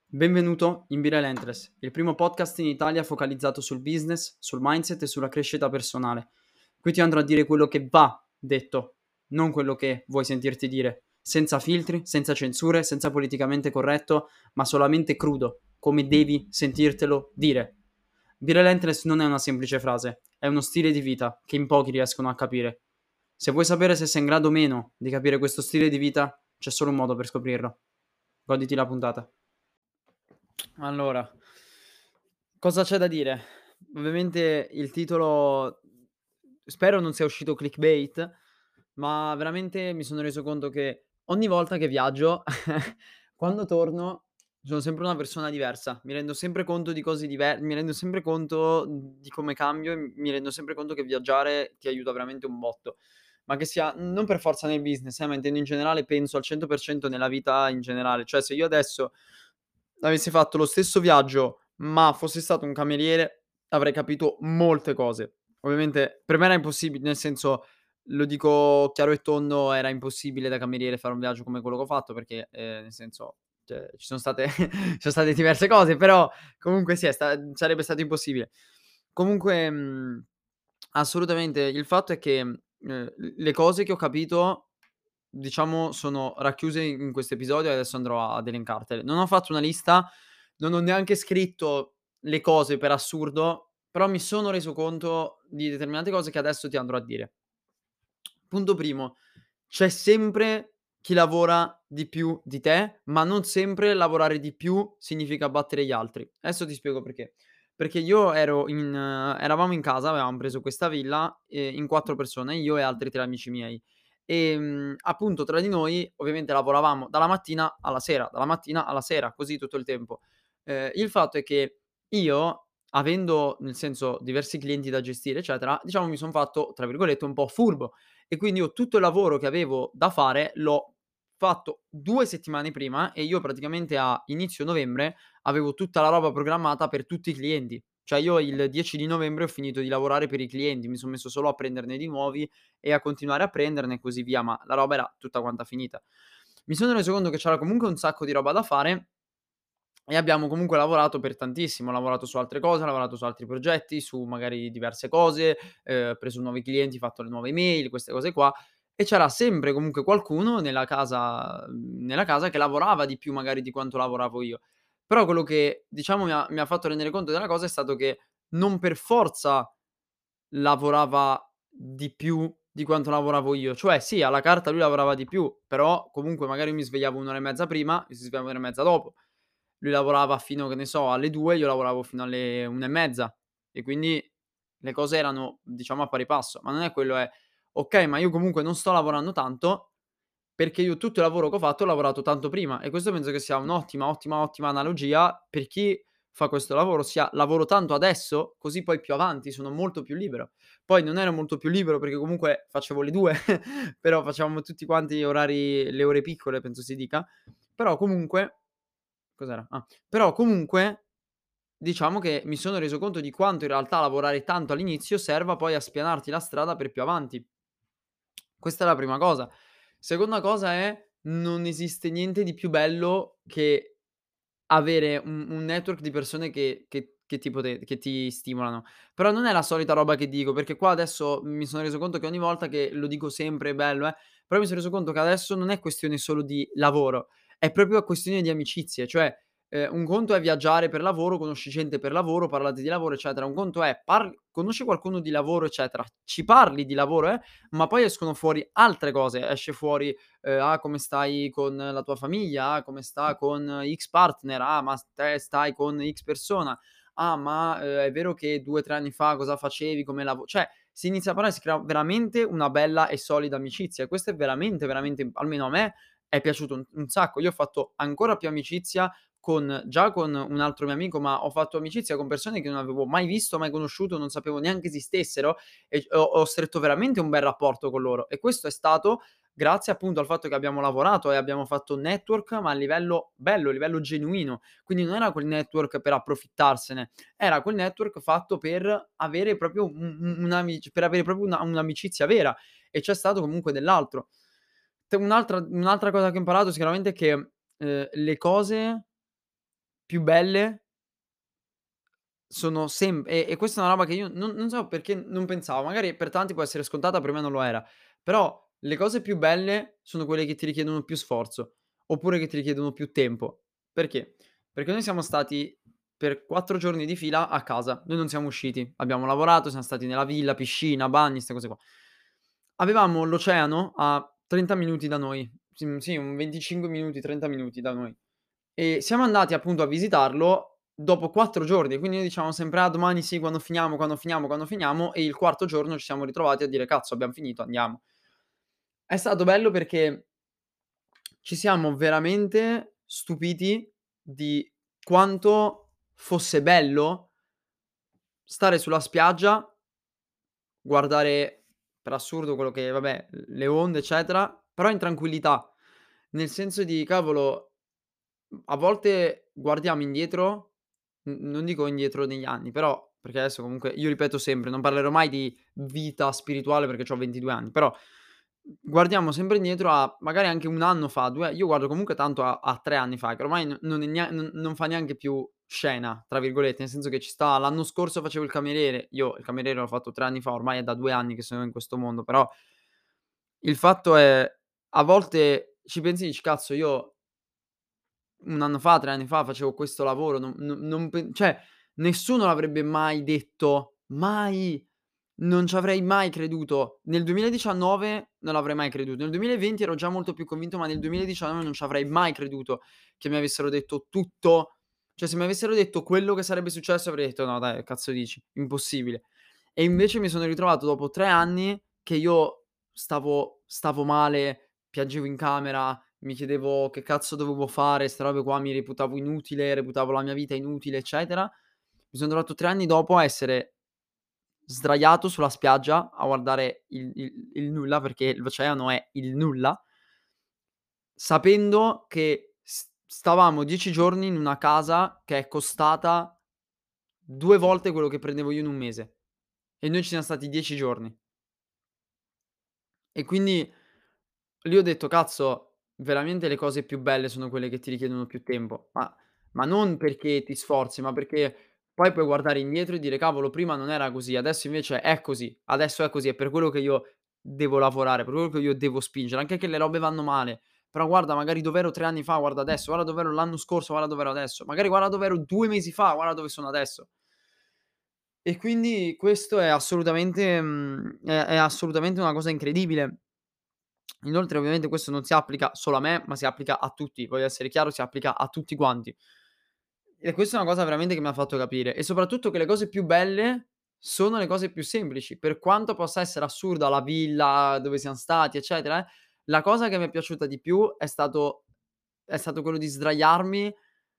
Benvenuto in Be Relentless, il primo podcast in Italia focalizzato sul business, sul mindset e sulla crescita personale. Qui ti andrò a dire quello che va detto, non quello che vuoi sentirti dire, senza filtri, senza censure, senza politicamente corretto, ma solamente crudo, come devi sentirtelo dire. Be Relentless non è una semplice frase, è uno stile di vita che in pochi riescono a capire. Se vuoi sapere se sei in grado o meno di capire questo stile di vita, c'è solo un modo per scoprirlo. Goditi la puntata. Allora, cosa c'è da dire? Ovviamente il titolo spero non sia uscito clickbait, ma veramente mi sono reso conto che ogni volta che viaggio, quando torno, sono sempre una persona diversa. Mi rendo sempre conto di cose mi rendo sempre conto di come cambio e mi rendo sempre conto che viaggiare ti aiuta veramente un botto. Ma che sia non per forza nel business, ma intendo in generale, penso al 100% nella vita in generale. Cioè, se io adesso avessi fatto lo stesso viaggio, ma fossi stato un cameriere, avrei capito molte cose. Ovviamente per me era nel senso, lo dico chiaro e tondo, era impossibile da cameriere fare un viaggio come quello che ho fatto perché, nel senso, cioè ci sono state ci sono state diverse cose, però comunque sì, sarebbe stato impossibile. Comunque, assolutamente il fatto è che, le cose che ho capito, diciamo, sono racchiuse in questo episodio e adesso andrò ad elencartele. Non ho fatto una lista, non ho neanche scritto le cose per assurdo, però mi sono reso conto di determinate cose che adesso ti andrò a dire. Punto primo: c'è sempre chi lavora di più di te, ma non sempre lavorare di più significa battere gli altri. Adesso ti spiego perché. Perché io eravamo in casa, avevamo preso questa villa, in 4 persone, io e altri 3 amici miei. Appunto tra di noi ovviamente lavoravamo dalla mattina alla sera, così tutto il tempo. Il fatto è che io, avendo, nel senso, diversi clienti da gestire, eccetera, diciamo mi son fatto, tra virgolette, un po' "furbo". E quindi io tutto il lavoro che avevo da fare l'ho fatto 2 settimane prima e io praticamente a inizio novembre avevo tutta la roba programmata per tutti i clienti. Cioè io il 10 di novembre ho finito di lavorare per i clienti, mi son messo solo a prenderne di nuovi e a continuare a prenderne e così via, ma la roba era tutta quanta finita. Mi sono reso conto che c'era comunque un sacco di roba da fare e abbiamo comunque lavorato per tantissimo. Ho lavorato su altre cose, ho lavorato su altri progetti, su magari diverse cose, preso nuovi clienti, fatto le nuove email, queste cose qua, e c'era sempre comunque qualcuno nella casa che lavorava di più magari di quanto lavoravo io. Però quello che diciamo mi ha fatto rendere conto della cosa è stato che non per forza lavorava di più di quanto lavoravo io. Cioè sì, alla carta lui lavorava di più, però comunque magari mi svegliavo 1 ora e mezza prima, lui si svegliava 1 ora e mezza dopo. Lui lavorava fino, che ne so, alle 2, io lavoravo fino alle 1 e mezza e quindi le cose erano, diciamo, a pari passo. Ma non è quello, è: okay, ma io comunque non sto lavorando tanto, perché io tutto il lavoro che ho fatto, ho lavorato tanto prima e questo penso che sia un'ottima, ottima, ottima analogia per chi fa questo lavoro, ossia lavoro tanto adesso, così poi più avanti sono molto più libero. Poi non ero molto più libero perché comunque facevo le 2, però facevamo tutti quanti orari, le ore piccole penso si dica, però comunque cos'era? Però comunque diciamo che mi sono reso conto di quanto in realtà lavorare tanto all'inizio serva poi a spianarti la strada per più avanti. Questa è la prima cosa. Seconda cosa è: non esiste niente di più bello che avere un network di persone che ti stimolano. Però non è la solita roba che dico, perché qua adesso mi sono reso conto che ogni volta che lo dico sempre: "È bello, però mi son reso conto che adesso non è questione solo di lavoro, è proprio questione di amicizie. Cioè, un conto è viaggiare per lavoro, conosci gente per lavoro, parlate di lavoro, eccetera. Un conto è conosci qualcuno di lavoro, eccetera, ci parli di lavoro, ma poi escono fuori altre cose. Esce fuori come stai con la tua famiglia, come sta con X partner, ma te stai con X persona, ma, è vero che 2, 3 anni fa cosa facevi, come cioè si inizia a parlare, si crea veramente una bella e solida amicizia e questo è veramente, veramente, almeno a me è piaciuto un sacco. Io ho fatto ancora più amicizia con un altro mio amico, ma ho fatto amicizia con persone che non avevo mai visto, mai conosciuto, non sapevo neanche esistessero e ho stretto veramente un bel rapporto con loro e questo è stato grazie appunto al fatto che abbiamo lavorato e abbiamo fatto network, ma a livello bello, a livello genuino. Quindi non era quel network per approfittarsene, era quel network fatto per avere proprio per avere proprio un'amicizia vera e c'è stato comunque dell'altro. Un'altra cosa che ho imparato sicuramente è che, le cose più belle sono e questa è una roba che io non so perché non pensavo, magari per tanti può essere scontata, per me non lo era, però le cose più belle sono quelle che ti richiedono più sforzo, oppure che ti richiedono più tempo. Perché? Perché noi siamo stati per 4 giorni di fila a casa, noi non siamo usciti, abbiamo lavorato, siamo stati nella villa, piscina, bagni, 'ste cose qua. Avevamo l'oceano a 30 minuti da noi, sì, un 25 minuti, 30 minuti da noi. E siamo andati appunto a visitarlo dopo 4 giorni, quindi noi diciamo sempre: "Ah, domani sì, quando finiamo, quando finiamo, quando finiamo", e il quarto giorno ci siamo ritrovati a dire: "Cazzo, abbiam finito, andiamo". È stato bello perché ci siamo veramente stupiti di quanto fosse bello stare sulla spiaggia, guardare per assurdo quello che vabbè, le onde eccetera, però in tranquillità. Nel senso di: cavolo, a volte guardiamo indietro, non dico indietro negli anni, però perché adesso comunque io ripeto sempre, non parlerò mai di vita spirituale perché c'ho 22 anni, però guardiamo sempre indietro a magari anche 1 anno fa, 2 io guardo comunque tanto a 3 anni fa, che ormai non è non fa neanche più "scena", tra virgolette, nel senso che ci sta l'anno scorso facevo il cameriere, io il cameriere l'ho fatto 3 anni fa, ormai è da 2 anni che sono in questo mondo, però il fatto è a volte ci pensi e dici: "Cazzo io 1 anno fa, 3 anni fa facevo questo lavoro, non pen cioè nessuno l'avrebbe mai detto, mai, non ci avrei mai creduto. Nel 2019 non avrei mai creduto, nel 2020 ero già molto più convinto, ma nel 2019 non ci avrei mai creduto che mi avessero detto tutto, cioè se mi avessero detto quello che sarebbe successo avrei detto: "No dai, che cazzo dici? Impossibile". E invece mi sono ritrovato dopo 3 anni che io stavo male, piangevo in camera, mi chiedevo che cazzo dovevo fare, 'ste robe qua, mi reputavo inutile, reputavo la mia vita inutile, eccetera. Mi son trovato 3 anni dopo a essere sdraiato sulla spiaggia a guardare il nulla, perché l'oceano è il nulla, sapendo che stavamo 10 giorni in una casa che è costata 2 volte quello che prendevo io in un mese e noi ci siam stati 10 giorni. E quindi lì ho detto: "Cazzo, veramente le cose più belle sono quelle che ti richiedono più tempo". Ma non perché ti sforzi, ma perché poi puoi guardare indietro e dire: "Cavolo, prima non era così, adesso invece è così. Adesso è così, è per quello che io devo lavorare, per quello che io devo spingere, anche che le robe vanno male. Però guarda magari dov'ero 3 anni fa, guarda adesso, guarda dov'ero l'anno scorso, guarda dov'ero adesso, magari guarda dov'ero 2 mesi fa, guarda dove sono adesso". E quindi questo è assolutamente è assolutamente una cosa incredibile. Inoltre ovviamente questo non si applica solo a me, ma si applica a tutti. Voglio essere chiaro, si applica a tutti quanti. E questa è una cosa veramente che mi ha fatto capire. E soprattutto che le cose più belle sono le cose più semplici. Per quanto possa essere assurda la villa dove siam stati, eccetera, la cosa che mi è piaciuta di più è stato quello di sdraiarmi,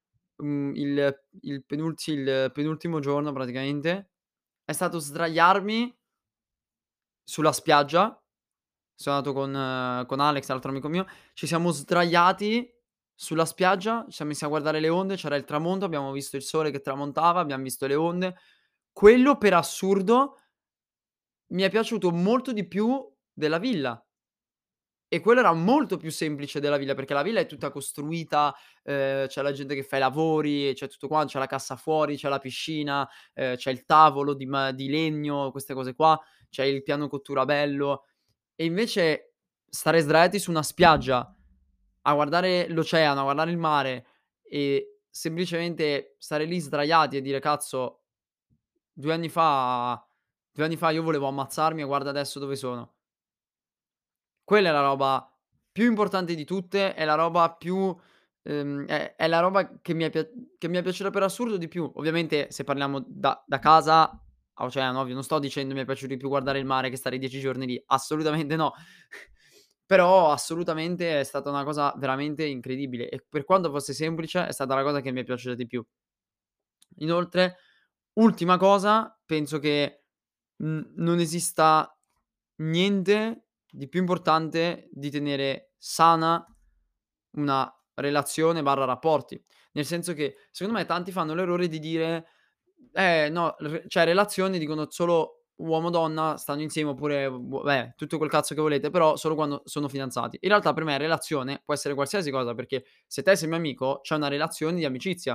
il penultimo giorno praticamente, è stato sdraiarmi sulla spiaggia. Sono andato con Alex, l'altro amico mio, ci siamo sdraiati sulla spiaggia, ci siamo messi a guardare le onde, c'era il tramonto, abbiamo visto il sole che tramontava, abbiam visto le onde. Quello per assurdo mi è piaciuto molto di più della villa. E quello era molto più semplice della villa, perché la villa è tutta costruita, c'è la gente che fa i lavori, c'è tutto qua, c'è la cassa fuori, c'è la piscina, c'è il tavolo di legno, queste cose qua, c'è il piano cottura bello. E invece stare sdraiati su una spiaggia a guardare l'oceano, a guardare il mare e semplicemente stare lì sdraiati e dire: "Cazzo, 2 anni fa 2 anni fa io volevo ammazzarmi e guarda adesso dove sono". Quella è la roba più importante di tutte, è la roba più è la roba che mi è piaciuta per assurdo di più. Ovviamente se parliamo da casa a oceano, ovvio, non sto dicendo mi è piaciuto di più guardare il mare che stare 10 giorni lì, assolutamente no. Però assolutamente è stata una cosa veramente incredibile e per quanto fosse semplice è stata la cosa che mi è piaciuta di più. Inoltre, ultima cosa, penso che, non esista niente di più importante di tenere sana una relazione barra rapporti. Nel senso che, secondo me, tanti fanno l'errore di dire: no, cioè relazioni dicono solo uomo-donna stanno insieme oppure beh, tutto quel cazzo che volete, però solo quando sono fidanzati". In realtà per me relazione può essere qualsiasi cosa, perché se te sei mio amico, c'è una relazione di amicizia.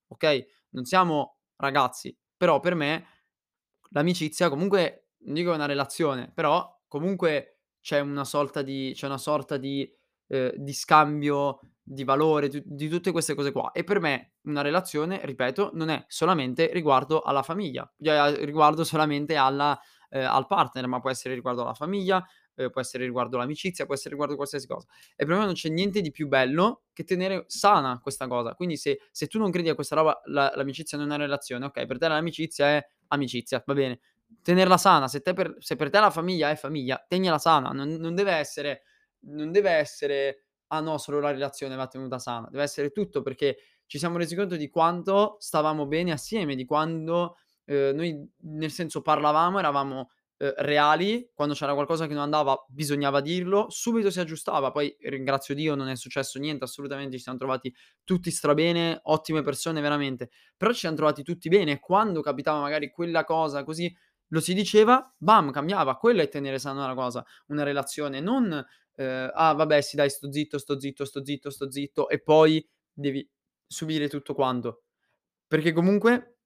ok? Non siamo ragazzi, però per me l'amicizia comunque, non dico è una relazione, però comunque c'è una sorta di scambio di valore, di tutte queste cose qua. E per me una relazione, ripeto, non è solamente riguardo alla famiglia, riguardo solamente al partner, ma può essere riguardo alla famiglia, può essere riguardo all'amicizia, può essere riguardo qualsiasi cosa. E per me non c'è niente di più bello che tenere sana questa cosa. Quindi se tu non credi a questa roba, l'amicizia non è una relazione, okay, per te l'amicizia è amicizia, va bene. Tenerla sana, se per te la famiglia è famiglia, tienila sana, non deve essere: "Ah no, solo la relazione va tenuta sana." Deve essere tutto, perché ci siamo resi conto di quanto stavamo bene assieme, di quando, noi nel senso parlavamo, eravamo reali, quando c'era qualcosa che non andava bisognava dirlo, subito si aggiustava. Poi ringrazio Dio non è successo niente, assolutamente, ci siam trovati tutti strabene, ottime persone veramente, però ci siam trovati tutti bene e quando capitava magari quella cosa così, lo si diceva, bam, cambiava. Quello è tenere sana una cosa, una relazione, non, "Ah vabbè sì dai sto zitto, sto zitto, sto zitto, sto zitto" e poi devi subire tutto quanto. Perché comunque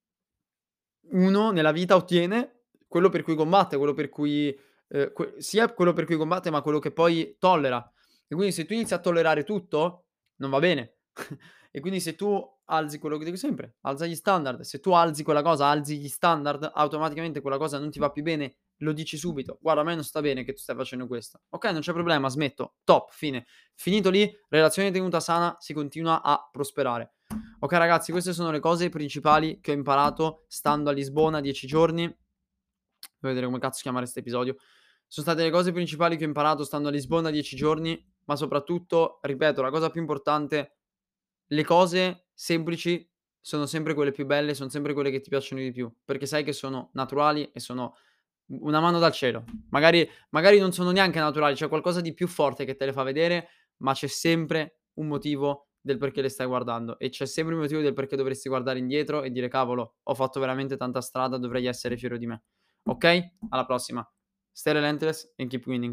uno nella vita ottiene quello per cui combatte, quello per cui sia quello per cui combatte, ma quello che poi tollera. E quindi se tu inizi a tollerare tutto, non va bene. E quindi se tu alzi quello che dico sempre, alza gli standard. Se tu alzi quella cosa, alzi gli standard, automaticamente quella cosa non ti va più bene, lo dici subito: "Guarda a me non sta bene che tu stai facendo questo." Okay, non c'è problema, smetto. Top, fine. Finito lì, relazione tenuta sana, si continua a prosperare. Ok ragazzi, queste sono le cose principali che ho imparato stando a Lisbona 10 giorni. Devo vedere come cazzo chiamare 'sto episodio. Sono state le cose principali che ho imparato stando a Lisbona 10 giorni, ma soprattutto, ripeto, la cosa più importante, le cose semplici sono sempre quelle più belle, son sempre quelle che ti piacciono di più, perché sai che sono naturali e sono una mano dal cielo. Magari non sono neanche naturali, c'è qualcosa di più forte che te le fa vedere, ma c'è sempre un motivo del perché le stai guardando e c'è sempre un motivo del perché dovresti guardare indietro e dire: "Cavolo, ho fatto veramente tanta strada, dovrei essere fiero di me." Okay? Alla prossima. Stay relentless and keep winning.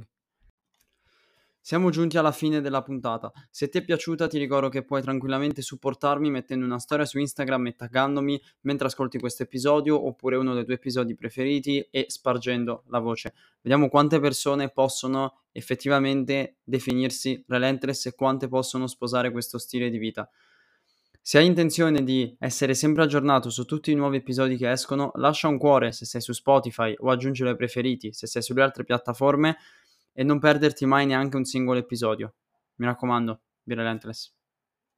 Siamo giunti alla fine della puntata. Se ti è piaciuta ti ricordo che puoi tranquillamente supportarmi mettendo una storia su Instagram e taggandomi mentre ascolti questo episodio oppure uno dei tuoi episodi preferiti e spargendo la voce. Vediamo quante persone possono effettivamente definirsi relentless e quante possono sposare questo stile di vita. Se hai intenzione di essere sempre aggiornato su tutti i nuovi episodi che escono, lascia un cuore se sei su Spotify o aggiungilo ai preferiti se sei sulle altre piattaforme e non perderti mai neanche un singolo episodio. Mi raccomando, be relentless.